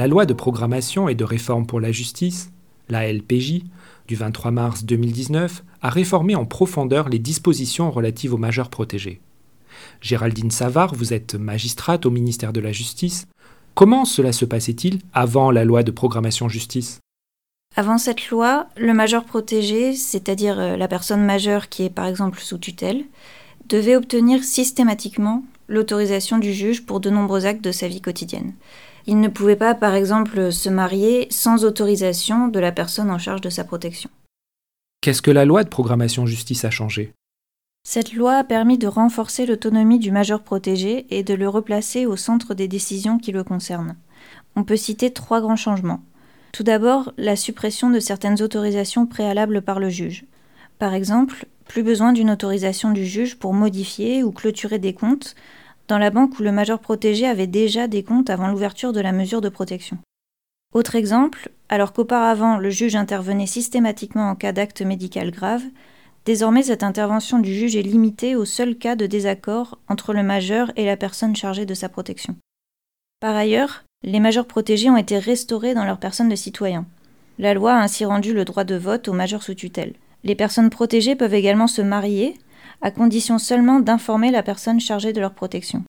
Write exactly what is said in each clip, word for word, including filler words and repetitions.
La loi de programmation et de réforme pour la justice, la L P J, du vingt-trois mars deux mille dix-neuf, a réformé en profondeur les dispositions relatives aux majeurs protégés. Géraldine Savard, vous êtes magistrate au ministère de la Justice. Comment cela se passait-il avant la loi de programmation justice ? Avant cette loi, le majeur protégé, c'est-à-dire la personne majeure qui est par exemple sous tutelle, devait obtenir systématiquement l'autorisation du juge pour de nombreux actes de sa vie quotidienne. Il ne pouvait pas, par exemple, se marier sans autorisation de la personne en charge de sa protection. Qu'est-ce que la loi de programmation justice a changé ? Cette loi a permis de renforcer l'autonomie du majeur protégé et de le replacer au centre des décisions qui le concernent. On peut citer trois grands changements. Tout d'abord, la suppression de certaines autorisations préalables par le juge. Par exemple, plus besoin d'une autorisation du juge pour modifier ou clôturer des comptes dans la banque où le majeur protégé avait déjà des comptes avant l'ouverture de la mesure de protection. Autre exemple, alors qu'auparavant le juge intervenait systématiquement en cas d'acte médical grave, désormais cette intervention du juge est limitée au seul cas de désaccord entre le majeur et la personne chargée de sa protection. Par ailleurs, les majeurs protégés ont été restaurés dans leur personne de citoyen. La loi a ainsi rendu le droit de vote aux majeurs sous tutelle. Les personnes protégées peuvent également se marier, à condition seulement d'informer la personne chargée de leur protection.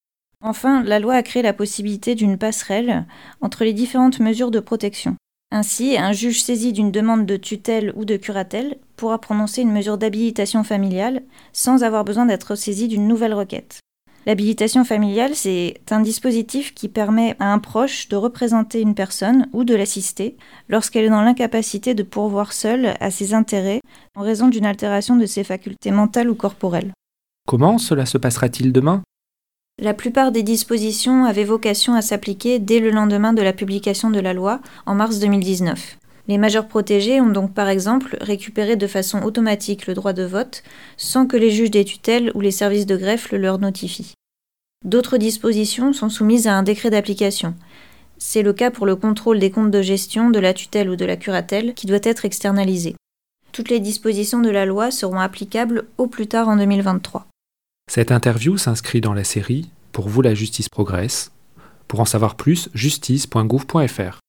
Enfin, la loi a créé la possibilité d'une passerelle entre les différentes mesures de protection. Ainsi, un juge saisi d'une demande de tutelle ou de curatelle pourra prononcer une mesure d'habilitation familiale sans avoir besoin d'être saisi d'une nouvelle requête. L'habilitation familiale, c'est un dispositif qui permet à un proche de représenter une personne ou de l'assister lorsqu'elle est dans l'incapacité de pourvoir seule à ses intérêts en raison d'une altération de ses facultés mentales ou corporelles. Comment cela se passera-t-il demain ? La plupart des dispositions avaient vocation à s'appliquer dès le lendemain de la publication de la loi, en mars deux mille dix-neuf. Les majeurs protégés ont donc par exemple récupéré de façon automatique le droit de vote sans que les juges des tutelles ou les services de greffe le leur notifient. D'autres dispositions sont soumises à un décret d'application. C'est le cas pour le contrôle des comptes de gestion de la tutelle ou de la curatelle qui doit être externalisé. Toutes les dispositions de la loi seront applicables au plus tard en deux mille vingt-trois. Cette interview s'inscrit dans la série « Pour vous la justice progresse ». Pour en savoir plus, justice point gouv point f r.